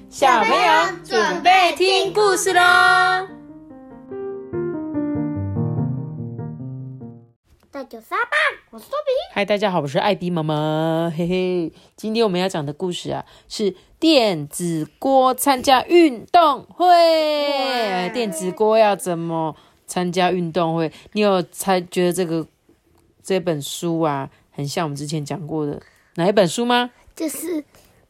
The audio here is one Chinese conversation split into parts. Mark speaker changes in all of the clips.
Speaker 1: 小朋友准备听故事咯。
Speaker 2: 大家沙棒，我是多比。
Speaker 1: 嗨，大家好，我是艾比妈妈，嘿嘿。今天我们要讲的故事啊，是电子锅参加运动会。电子锅要怎么参加运动会？你有觉得这本书啊，很像我们之前讲过的哪一本书吗？
Speaker 2: 就是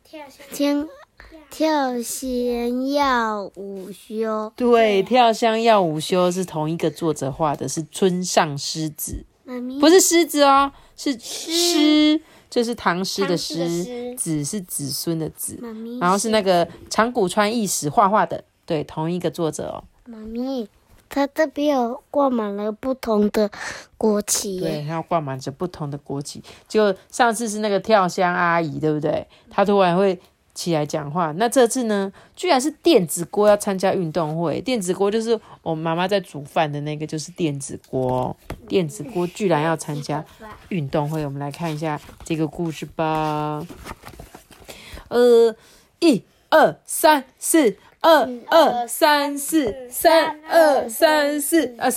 Speaker 2: 跳箱要午休。
Speaker 1: 对，跳箱要午休是同一个作者画的，是村上狮子。
Speaker 2: 妈
Speaker 1: 不是狮子哦，是诗，就是唐诗的诗，子是子孙的子，然后是那个长谷川义史画的，对，同一个作者哦。
Speaker 2: 妈咪，它这边有挂满了不同的国旗。
Speaker 1: 对，它挂满着不同的国旗。就上次是那个跳箱阿姨，对不对？她突然会起来讲话。那这次呢，居然是电子锅要参加运动会。电子锅就是我妈妈在煮饭的那个，就是电子锅。电子锅居然要参加运动会，我们来看一下这个故事吧。1、2、3、4。2、2、3、4，3、2、3、4啊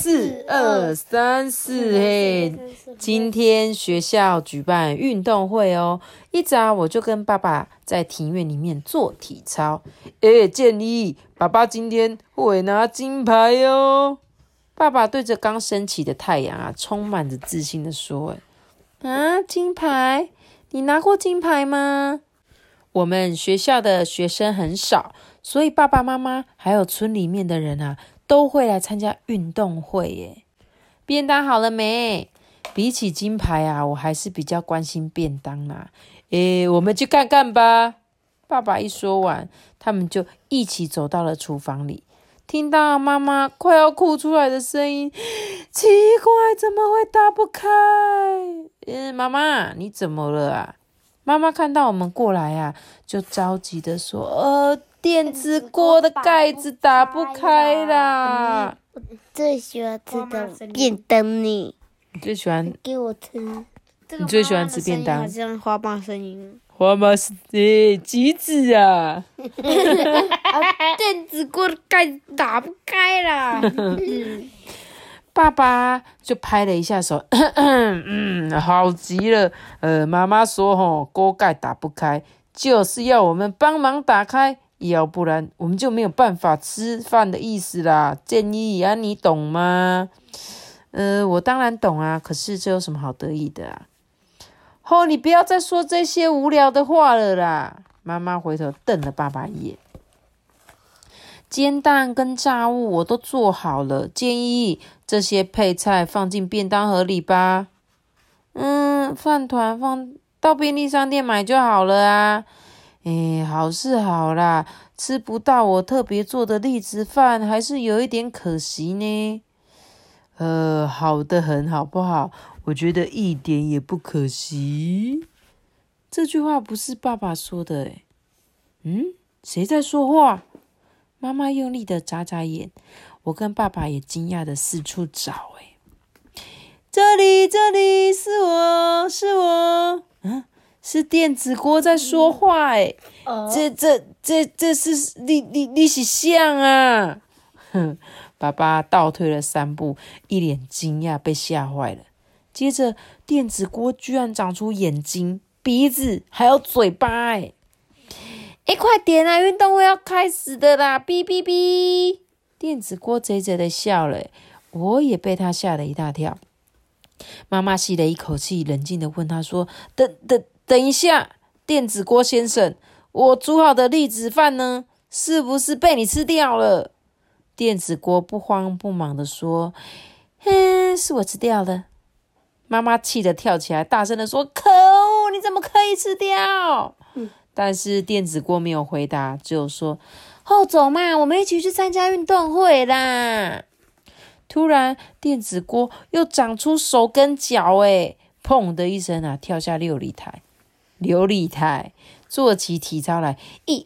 Speaker 1: ，4、2、3、4，嘿，今天学校举办运动会哦。一早我就跟爸爸在庭院里面做体操。建议爸爸今天会拿金牌哦。爸爸对着刚升起的太阳啊，充满着自信的说：“金牌？你拿过金牌吗？”我们学校的学生很少，所以爸爸妈妈还有村里面的人啊，都会来参加运动会耶。便当好了没？比起金牌啊，我还是比较关心便当啦。我们去看看吧。爸爸一说完，他们就一起走到了厨房里，听到妈妈快要哭出来的声音。奇怪，怎么会打不开？妈妈，你怎么了啊？妈妈看到我们过来啊，就着急的说：“电子锅的盖子打不开啦！”
Speaker 2: 我最喜欢吃的便当呢。
Speaker 1: 你最喜欢？
Speaker 2: 给我吃。
Speaker 1: 你最喜欢吃便当？
Speaker 2: 好像花棒声音。
Speaker 1: 花棒是橘子啊！
Speaker 2: 电子锅的盖子打不开啦。
Speaker 1: 爸爸就拍了一下手，好极了。妈妈说锅盖打不开，就是要我们帮忙打开，要不然我们就没有办法吃饭的意思啦。建议啊，你懂吗？我当然懂啊，可是这有什么好得意的啊？你不要再说这些无聊的话了啦。妈妈回头瞪了爸爸一眼。煎蛋跟炸物我都做好了，建议这些配菜放进便当盒里吧。饭团放到便利商店买就好了啊。好是好啦，吃不到我特别做的栗子饭，还是有一点可惜呢。好的很，好不好？我觉得一点也不可惜。这句话不是爸爸说的谁在说话？妈妈用力的眨眨眼，我跟爸爸也惊讶的四处找。这里是我，是电子锅在说话。这是你是像啊？爸爸倒退了3步，一脸惊讶，被吓坏了。接着，电子锅居然长出眼睛、鼻子，还有嘴巴。快点啊！运动会要开始的啦！哔哔哔！电子锅贼贼的笑了，我也被他吓了一大跳。妈妈吸了一口气，冷静的问他说：“等一下，电子锅先生，我煮好的栗子饭呢？是不是被你吃掉了？”电子锅不慌不忙的说：“是我吃掉的。”妈妈气得跳起来，大声的说：“可恶！你怎么可以吃掉？”但是电子锅没有回答，只有说：“走嘛，我们一起去参加运动会啦！”突然，电子锅又长出手跟脚，砰的一声啊，跳下琉璃台，做起体操来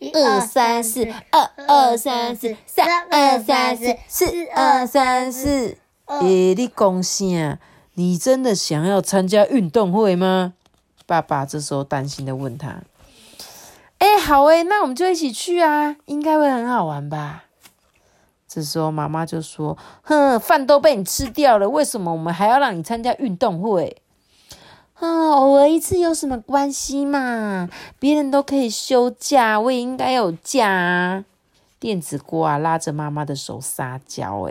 Speaker 1: ，1、2、3、4，2、2、3、4，3、2、3、4，4、2、3、4。你讲啥？你真的想要参加运动会吗？爸爸这时候担心的问他。 好诶，那我们就一起去啊，应该会很好玩吧。这时候妈妈就说，哼，饭都被你吃掉了，为什么我们还要让你参加运动会？偶尔一次有什么关系嘛？别人都可以休假，我也应该有假啊。电子锅啊，拉着妈妈的手撒娇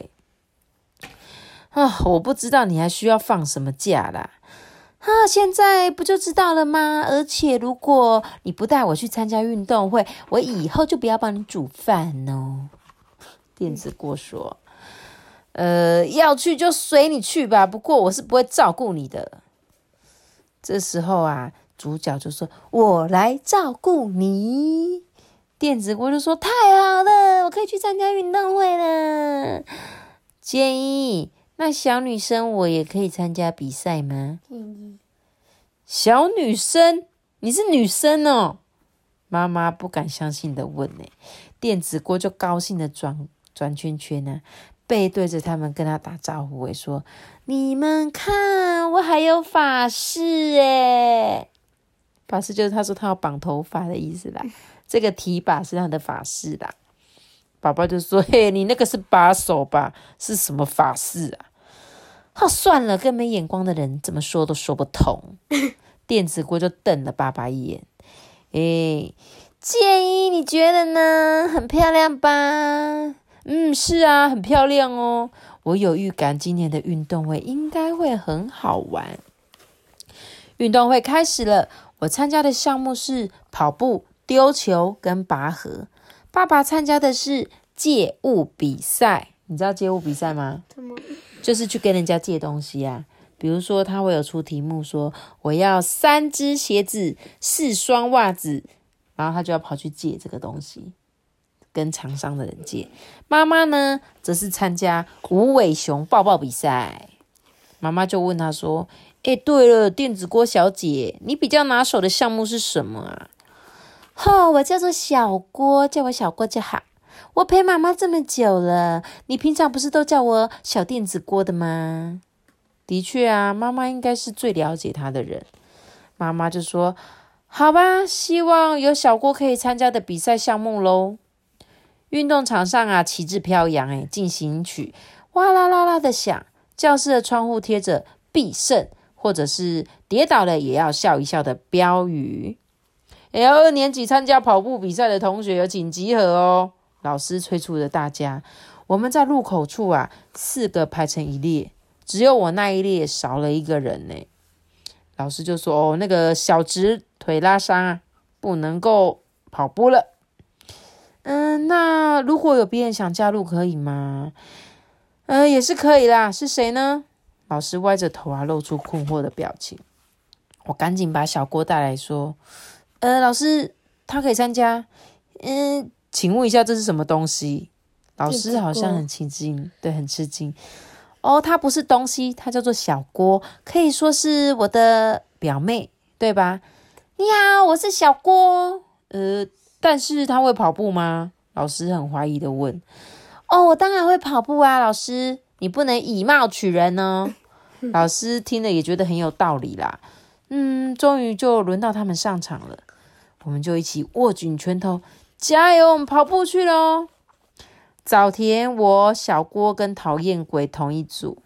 Speaker 1: 我不知道你还需要放什么假啦。现在不就知道了吗？而且如果你不带我去参加运动会，我以后就不要帮你煮饭哦。电子锅说，要去就随你去吧，不过我是不会照顾你的。这时候啊，主角就说，我来照顾你。电子锅就说，太好了，我可以去参加运动会了。建议那小女生我也可以参加比赛吗？小女生？你是女生哦？妈妈不敢相信的问电子锅就高兴的转圈圈背对着他们跟他打招呼说，你们看我还有发饰发饰就是他说他要绑头发的意思啦，这个提把是他的发饰啦。爸爸就说，嘿，你那个是把手吧，是什么发饰啊？算了，跟没眼光的人怎么说都说不通。电子锅就瞪了爸爸一眼，建议你觉得呢？很漂亮吧？是啊，很漂亮哦。我有预感今年的运动会应该会很好玩。运动会开始了，我参加的项目是跑步、丢球跟拔河。爸爸参加的是借物比赛。你知道借物比赛吗？
Speaker 2: 什么？
Speaker 1: 就是去跟人家借东西啊。比如说他会有出题目说，我要3只鞋子、4双袜子，然后他就要跑去借这个东西，跟厂商的人借。妈妈呢，则是参加无尾熊抱抱比赛。妈妈就问他说，对了，电子锅小姐，你比较拿手的项目是什么啊？我叫做小锅，叫我小锅就好。我陪妈妈这么久了，你平常不是都叫我小电子锅的吗？的确啊，妈妈应该是最了解她的人。妈妈就说，好吧，希望有小锅可以参加的比赛项目咯。运动场上啊，旗帜飘扬进行曲哇啦啦啦的响，教室的窗户贴着必胜或者是跌倒了也要笑一笑的标语。2年级参加跑步比赛的同学有请集合哦。老师催促着大家。我们在入口处啊，4个排成一列，只有我那一列少了1个人老师就说，那个小直腿拉伤不能够跑步了。那如果有别人想加入可以吗？也是可以啦，是谁呢？老师歪着头露出困惑的表情。我赶紧把小郭带来说，老师，他可以参加。请问一下这是什么东西？老师好像很吃惊，对，很吃惊。它不是东西，它叫做小郭，可以说是我的表妹，对吧？你好，我是小郭。但是他会跑步吗？老师很怀疑的问。我当然会跑步啊，老师，你不能以貌取人哦。老师听了也觉得很有道理啦。终于就轮到他们上场了，我们就一起握紧拳头，加油，我们跑步去咯。早田、我、小郭跟讨厌鬼同一组。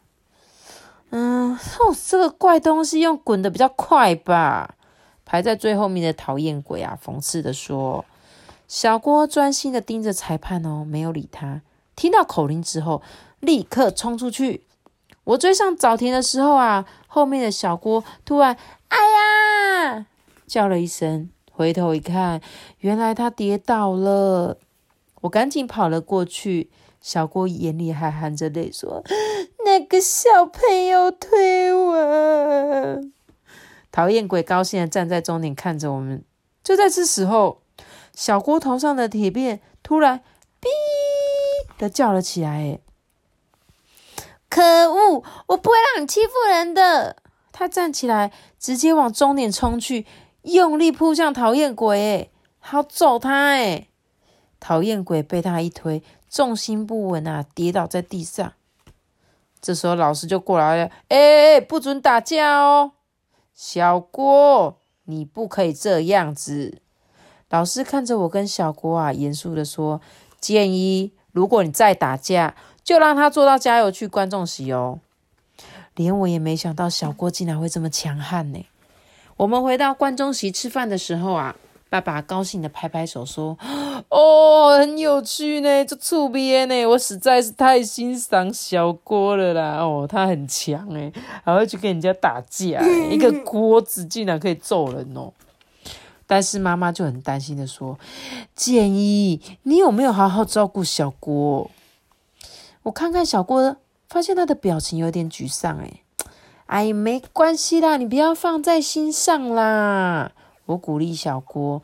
Speaker 1: 这个怪东西用滚的比较快吧？排在最后面的讨厌鬼讽刺的说。小郭专心的盯着裁判没有理他。听到口令之后，立刻冲出去。我追上早田的时候后面的小郭突然哎呀叫了一声，回头一看，原来他跌倒了。我赶紧跑了过去，小郭眼里还含着泪说，那个小朋友推我。讨厌鬼高兴的站在终点看着我们。就在这时候，小郭头上的铁片突然哔的叫了起来。可恶，我不会让你欺负人的。他站起来直接往终点冲去，用力扑向讨厌鬼好揍他讨厌鬼被他一推，重心不稳跌倒在地上。这时候老师就过来了，不准打架哦。小郭，你不可以这样子。 老师看着我跟小郭啊，严肃的说：“建议，如果你再打架，就让他坐到加油去观众席哦。”连我也没想到小郭竟然会这么强悍呢。我们回到观众席吃饭的时候啊，爸爸高兴的拍拍手说：“哦，很有趣呢，这趣味呢，我实在是太欣赏小郭了啦！哦，他很强诶，还会去跟人家打架，一个锅子竟然可以揍人哦。”但是妈妈就很担心的说：“建议你有没有好好照顾小郭？”我看看小郭，发现他的表情有点沮丧诶。哎，没关系啦，你不要放在心上啦。我鼓励小郭，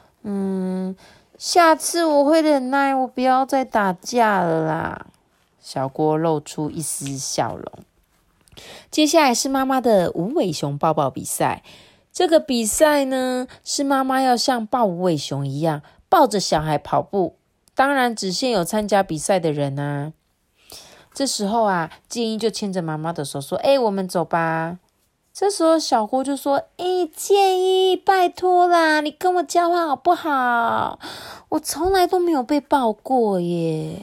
Speaker 1: 下次我会忍耐，我不要再打架了啦。小郭露出一丝笑容。接下来是妈妈的无尾熊抱抱比赛。这个比赛呢，是妈妈要像抱无尾熊一样抱着小孩跑步，当然只限有参加比赛的人啊。这时候啊，建议就牵着妈妈的手说：“我们走吧。”这时候小郭就说：“建议，拜托啦，你跟我交换好不好？我从来都没有被抱过耶。”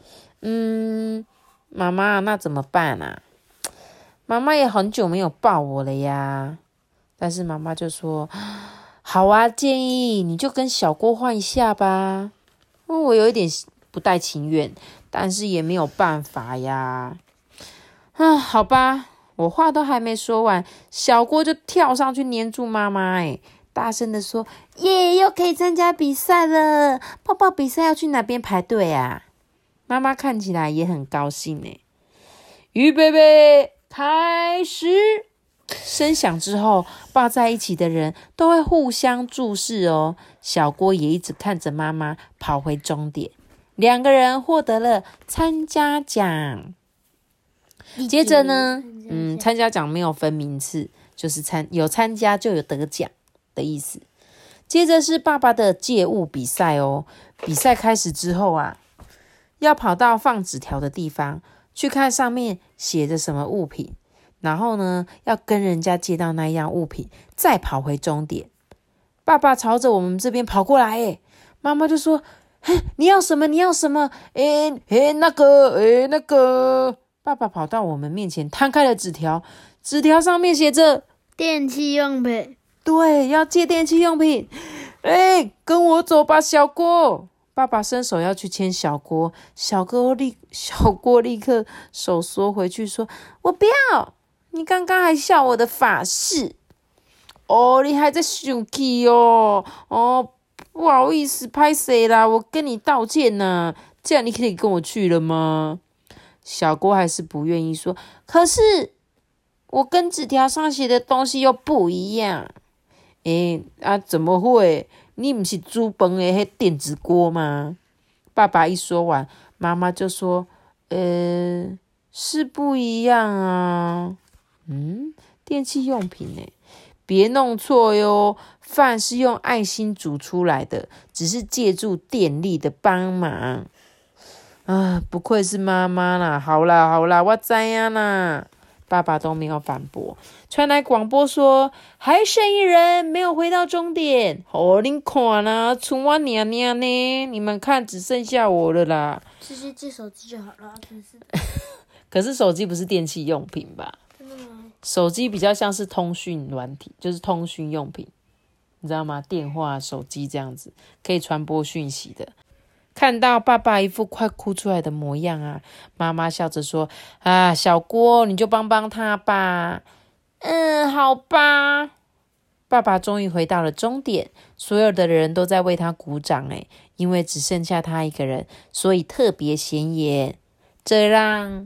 Speaker 1: 妈妈，那怎么办啊？妈妈也很久没有抱我了呀。但是妈妈就说：“好啊，建议你就跟小郭换一下吧。”我有一点不太情愿，但是也没有办法呀。好吧，我话都还没说完，小郭就跳上去黏住妈妈，大声的说：“耶，又可以参加比赛了！抱抱比赛要去哪边排队啊？”妈妈看起来也很高兴预备备，开始！声响之后，抱在一起的人都会互相注视哦。小郭也一直看着妈妈跑回终点，两个人获得了参加奖。接着呢，参加奖没有分名次，就是有参加就有得奖的意思。接着是爸爸的借物比赛哦。比赛开始之后啊，要跑到放纸条的地方，去看上面写着什么物品。然后呢，要跟人家借到那样物品，再跑回终点。爸爸朝着我们这边跑过来，妈妈就说：“你要什么？你要什么？那个。”爸爸跑到我们面前，摊开了纸条，纸条上面写着
Speaker 2: 电器用品。
Speaker 1: 对，要借电器用品。跟我走吧，小郭。爸爸伸手要去牵小郭，小郭立刻手缩回去，说：“我不要。你刚刚还笑我的法式你还在生气哦，不好意思，拍谁啦？我跟你道歉呐，这样你可以跟我去了吗？”小郭还是不愿意说，可是我跟纸条上写的东西又不一样。怎么会？你不是煮饭的那电子锅吗？爸爸一说完，妈妈就说：“是不一样啊。”电器用品别弄错哟，饭是用爱心煮出来的，只是借助电力的帮忙。不愧是妈妈啦，好啦，我知呀啦。爸爸都没有反驳。传来广播说，还剩一人没有回到终点。你看啦，剩我娘娘呢，你们看只剩下我了啦。
Speaker 2: 直接借手机就好了，真是。
Speaker 1: 可是手机不是电器用品吧？
Speaker 2: 真的吗？
Speaker 1: 手机比较像是通讯软体，就是通讯用品，你知道吗？电话、手机这样子可以传播讯息的。看到爸爸一副快哭出来的模样啊，妈妈笑着说：“小郭，你就帮帮他吧。”好吧。爸爸终于回到了终点，所有的人都在为他鼓掌因为只剩下他一个人，所以特别显眼，这让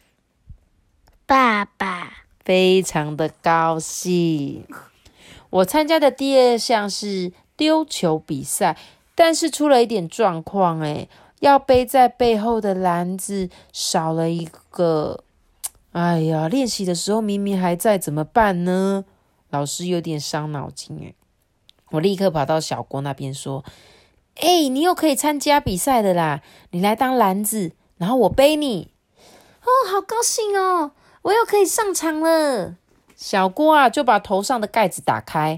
Speaker 2: 爸爸
Speaker 1: 非常的高兴。我参加的第二项是丢球比赛，但是出了一点状况要背在背后的篮子少了一个。练习的时候明明还在，怎么办呢？老师有点伤脑筋我立刻跑到小郭那边说：“你又可以参加比赛的啦，你来当篮子，然后我背你。”好高兴哦，我又可以上场了。小郭就把头上的盖子打开，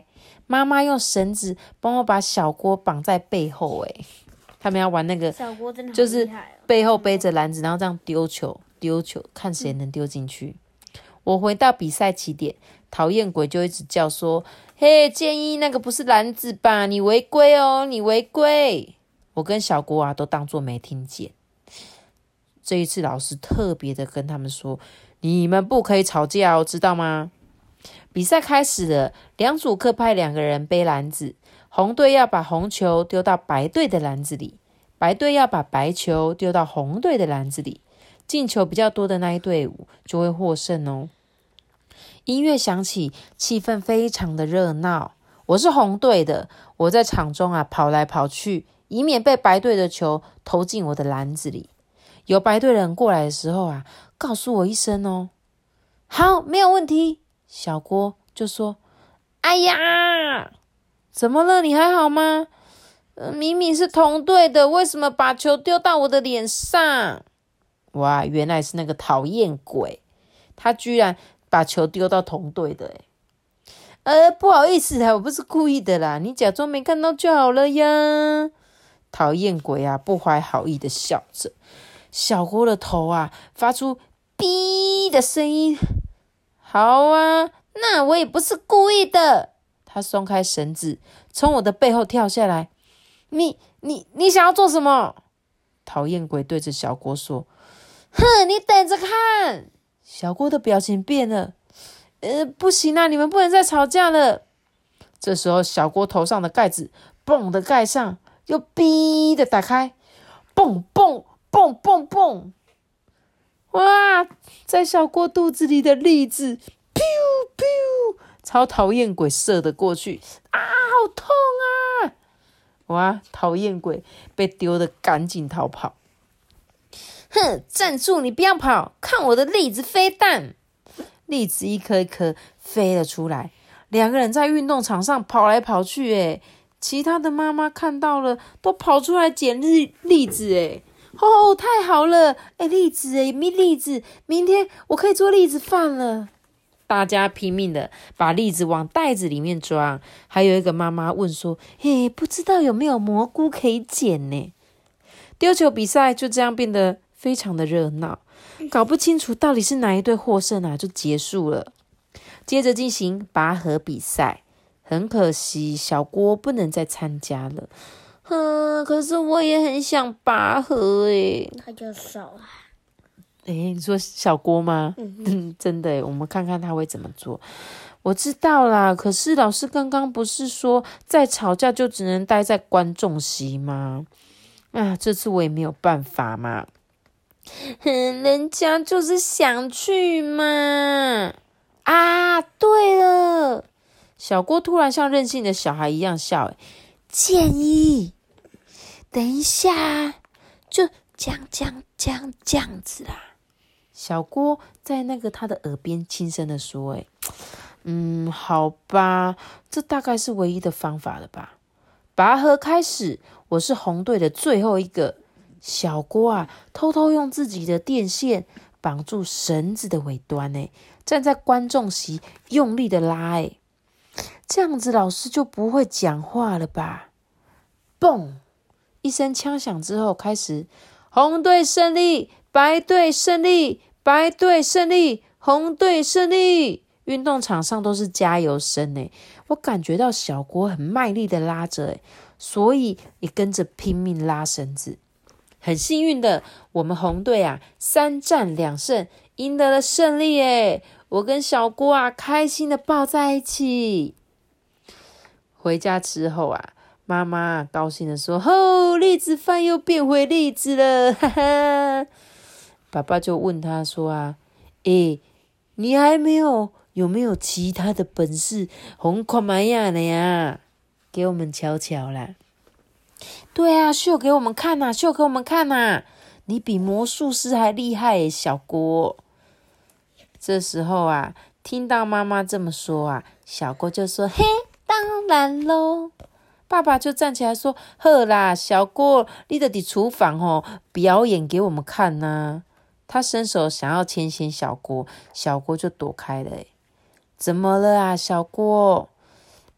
Speaker 1: 妈妈用绳子帮我把小锅绑在背后，他们要玩那个，
Speaker 2: 小锅真的
Speaker 1: 就是背后背着篮子，然后这样丢球，看谁能丢进去。我回到比赛起点，讨厌鬼就一直叫说：“嘿，建议那个不是篮子吧？你违规哦，你违规！”我跟小郭都当作没听见。这一次老师特别的跟他们说：“你们不可以吵架哦，知道吗？”比赛开始了，两组各派2个人背篮子，红队要把红球丢到白队的篮子里，白队要把白球丢到红队的篮子里。进球比较多的那一队伍就会获胜哦。音乐响起，气氛非常的热闹。我是红队的，我在场中跑来跑去，以免被白队的球投进我的篮子里。有白队人过来的时候告诉我一声哦。好，没有问题。小郭就说：“哎呀，怎么了？你还好吗？明明是同队的，为什么把球丢到我的脸上？”哇，原来是那个讨厌鬼，他居然把球丢到同队的不好意思我不是故意的啦，你假装没看到就好了呀。讨厌鬼不怀好意的笑着。小郭的头发出哔的声音。好啊，那我也不是故意的。他松开绳子，从我的背后跳下来。你想要做什么？讨厌鬼对着小郭说。哼，你等着看！小郭的表情变了。不行你们不能再吵架了。这时候，小郭头上的盖子嘣的盖上，又哔的打开，嘣嘣嘣嘣嘣！哇，在小郭肚子里的栗子，噗噗，超讨厌鬼射得过去，好痛啊！哇，讨厌鬼被丢得赶紧逃跑。哼，站住！你不要跑，看我的栗子飞弹！栗子一颗一颗飞了出来。2个人在运动场上跑来跑去，其他的妈妈看到了，都跑出来捡栗子，太好了！栗子栗子，明天我可以做栗子饭了。大家拼命的把栗子往袋子里面装。还有一个妈妈问说：“不知道有没有蘑菇可以捡呢？”丢球比赛就这样变得非常的热闹，搞不清楚到底是哪一队获胜就结束了。接着进行拔河比赛，很可惜小郭不能再参加了。可是我也很想拔河
Speaker 2: 他就少了。
Speaker 1: 你说小郭吗？真的我们看看他会怎么做。我知道啦，可是老师刚刚不是说再吵架就只能待在观众席吗？这次我也没有办法嘛。人家就是想去嘛。对了，小郭突然像任性的小孩一样笑，建议等一下就这样子啦。小郭在他的耳边轻声的说，好吧，这大概是唯一的方法了吧。拔河开始，我是红队的最后一个。小郭偷偷用自己的电线绑住绳子的尾端，站在观众席用力的拉，这样子老师就不会讲话了吧。嘣一声枪响之后，开始红队胜利，白队胜利，白队胜利，红队胜利。运动场上都是加油声，我感觉到小郭很卖力的拉着，所以也跟着拼命拉绳子。很幸运的，我们红队3战2胜，赢得了胜利我跟小郭开心的抱在一起。回家之后妈妈高兴的说：“栗子饭又变回栗子了，哈哈。”爸爸就问他说：“你有没有其他的本事？红看嘛呀的呀，给我们瞧瞧啦。”对秀给我们看秀给我们看你比魔术师还厉害小郭。这时候听到妈妈这么说小郭就说：“嘿，当然咯。”爸爸就站起来说：“好啦，小郭，你就在厨房表演给我们看他伸手想要牵牵小郭，小郭就躲开了。怎么了小郭？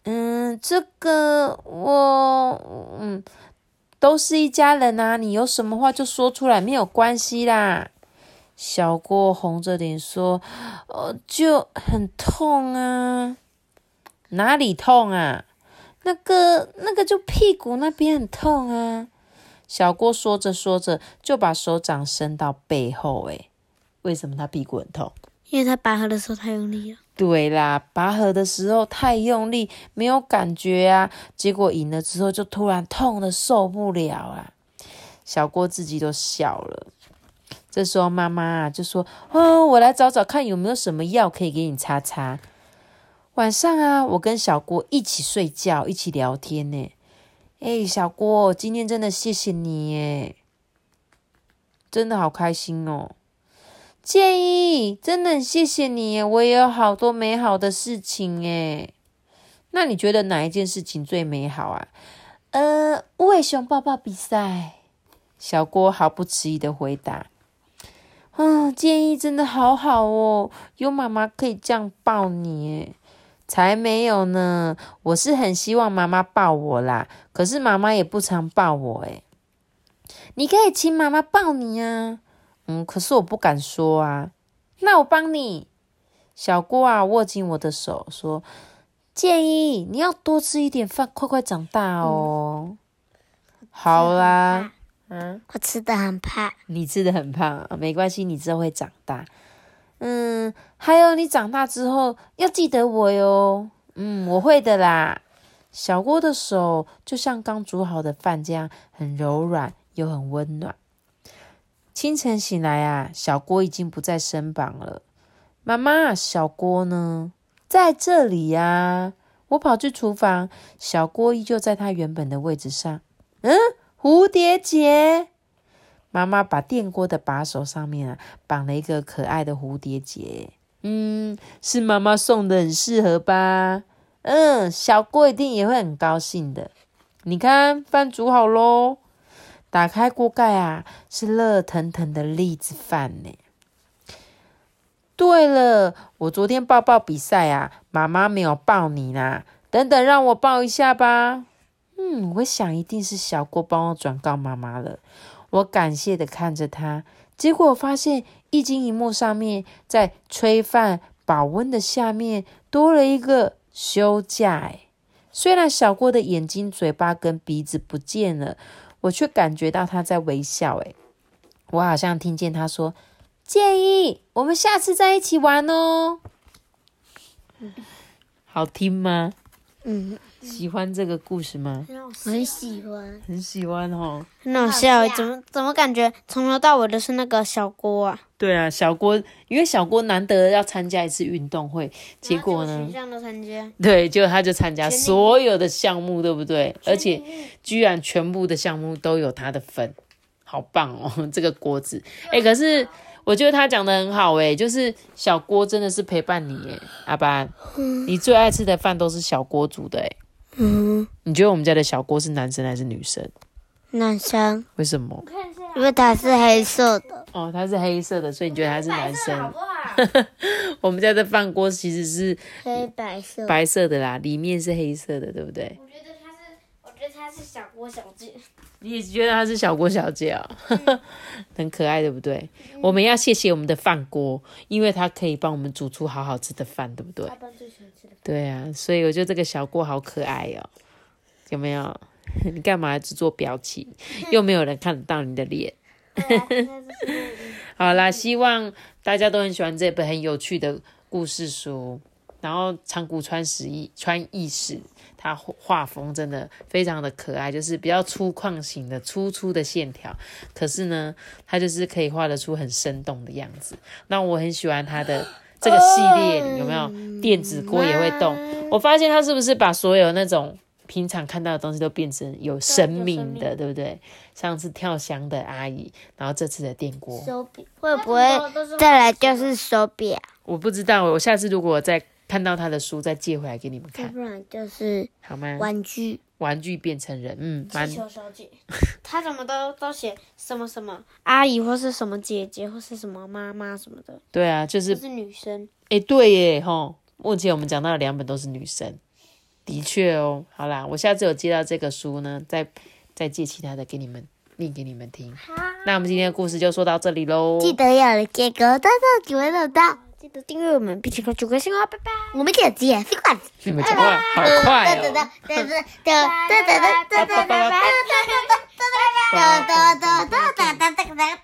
Speaker 1: 这个都是一家人啊，你有什么话就说出来，没有关系啦。小郭红着脸说：“就很痛啊。”哪里痛啊？那个就屁股那边很痛啊。小郭说着说着就把手掌伸到背后，为什么他屁股很痛？
Speaker 2: 因为他拔河的时候太用力了。
Speaker 1: 对啦，拔河的时候太用力，没有感觉啊，结果赢了之后就突然痛得受不了啊。小郭自己都笑了。这时候妈妈就说：“我来找找看有没有什么药可以给你擦擦。”晚上啊，我跟小郭一起睡觉，一起聊天呢。小郭，今天真的谢谢你耶，真的好开心哦。建议，真的很谢谢你耶，我也有好多美好的事情耶。那你觉得哪一件事情最美好啊？无尾熊抱抱比赛。小郭毫不迟疑的回答。建议真的好好哦，有妈妈可以这样抱你耶。才没有呢，我是很希望妈妈抱我啦，可是妈妈也不常抱我诶。你可以请妈妈抱你啊。可是我不敢说啊。那我帮你。小郭啊，握紧我的手说：“建议你要多吃一点饭，快快长大哦。”好啦，
Speaker 2: 我吃的很胖。
Speaker 1: 你吃的很胖啊，没关系，你之后会长大。还有你长大之后要记得我哟。我会的啦。小郭的手就像刚煮好的饭这样，很柔软又很温暖。清晨醒来啊，小郭已经不在身旁了。妈妈，小郭呢？在这里啊。我跑去厨房，小郭依旧在他原本的位置上。蝴蝶结。妈妈把电锅的把手上面绑了一个可爱的蝴蝶结。是妈妈送的，很适合吧？小郭一定也会很高兴的。你看，饭煮好咯。打开锅盖啊，是热腾腾的栗子饭呢。对了，我昨天抱抱比赛啊，妈妈没有抱你啦。等等，让我抱一下吧。我想一定是小郭帮我转告妈妈了。我感谢的看着他，结果我发现液晶萤幕上面在炊饭保温的下面多了一个休假。虽然小郭的眼睛、嘴巴跟鼻子不见了，我却感觉到他在微笑。我好像听见他说：“建议我们下次再一起玩哦。”好听吗？喜欢这个故事吗？
Speaker 2: 很喜欢，
Speaker 1: 很喜欢哦，
Speaker 2: 很好笑。怎么感觉从头到尾都是那个小郭啊？
Speaker 1: 对啊，小郭，因为小郭难得要参加一次运动会，结果呢？
Speaker 2: 全项都参加。
Speaker 1: 对，结果他就参加所有的项目，对不对？而且居然全部的项目都有他的分，好棒哦！这个郭子，可是我觉得他讲的很好，就是小郭真的是陪伴你，阿班，你最爱吃的饭都是小郭煮的，你觉得我们家的小郭是男生还是女生？
Speaker 2: 男生。
Speaker 1: 为什么？
Speaker 2: 因为他是黑色的。
Speaker 1: 他是黑色的，所以你觉得他是男生？我们家的饭锅其实是白色的啦，里面是黑色的，对不对？
Speaker 2: 我觉得他是小郭小姐。
Speaker 1: 你也觉得他是小郭小姐啊？很可爱，对不对？我们要谢谢我们的饭锅，因为它可以帮我们煮出好好吃的饭，对不对？
Speaker 2: 他最喜欢吃的饭。
Speaker 1: 对啊，所以我觉得这个小郭好可爱哦，有没有？你干嘛只做表情？又没有人看得到你的脸。好啦，希望大家都很喜欢这本很有趣的故事书。然后长谷川义史，他画风真的非常的可爱，就是比较粗犷型的粗的线条，可是呢，他就是可以画得出很生动的样子。那我很喜欢他的这个系列，有没有电子锅也会动？我发现他是不是把所有那种平常看到的东西都变成有生命的，对不对？上次跳箱的阿姨，然后这次的电锅，
Speaker 2: 手柄会不会再来就是手柄啊？
Speaker 1: 我不知道，我下次如果再看到他的书，再借回来给你们看，
Speaker 2: 不然就是
Speaker 1: 好吗？
Speaker 2: 玩具
Speaker 1: 变成人，
Speaker 2: 气球小姐，他怎么都写什么什么阿姨或是什么姐姐或是什么妈妈什么的。
Speaker 1: 对啊，就是
Speaker 2: 女生。
Speaker 1: 对耶吼，目前我们讲到的2本都是女生。 的确哦，好啦，我下次有接到这个书呢，再借其他的给你们念给你们听。那我们今天的故事就说到这里喽。
Speaker 2: 记得要给个大大给我的到，记得订阅我们，并且关注个信号，拜拜。我们下次见，习惯。
Speaker 1: 你们讲话好快哦。